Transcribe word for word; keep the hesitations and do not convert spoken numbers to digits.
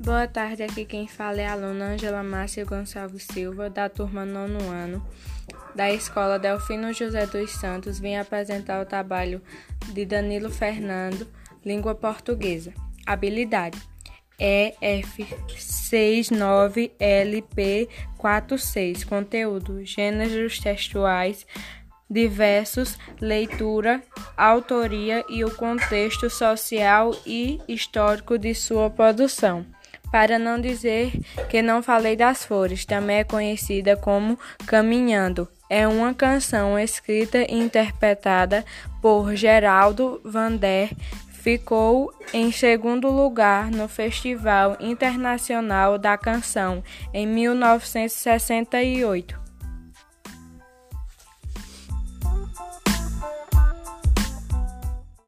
Boa tarde, aqui quem fala é a aluna Ângela Márcia Gonçalves Silva, da turma nono ano, da Escola Delfino José dos Santos. Vim apresentar o trabalho de Danilo Fernando, Língua Portuguesa. Habilidade: E F seis nove L P quatro seis. Conteúdo: gêneros textuais diversos, leitura, autoria e o contexto social e histórico de sua produção. Para não dizer que não falei das flores, também é conhecida como Caminhando. É uma canção escrita e interpretada por Geraldo Vandré. Ficou em segundo lugar no Festival Internacional da Canção em mil novecentos e sessenta e oito.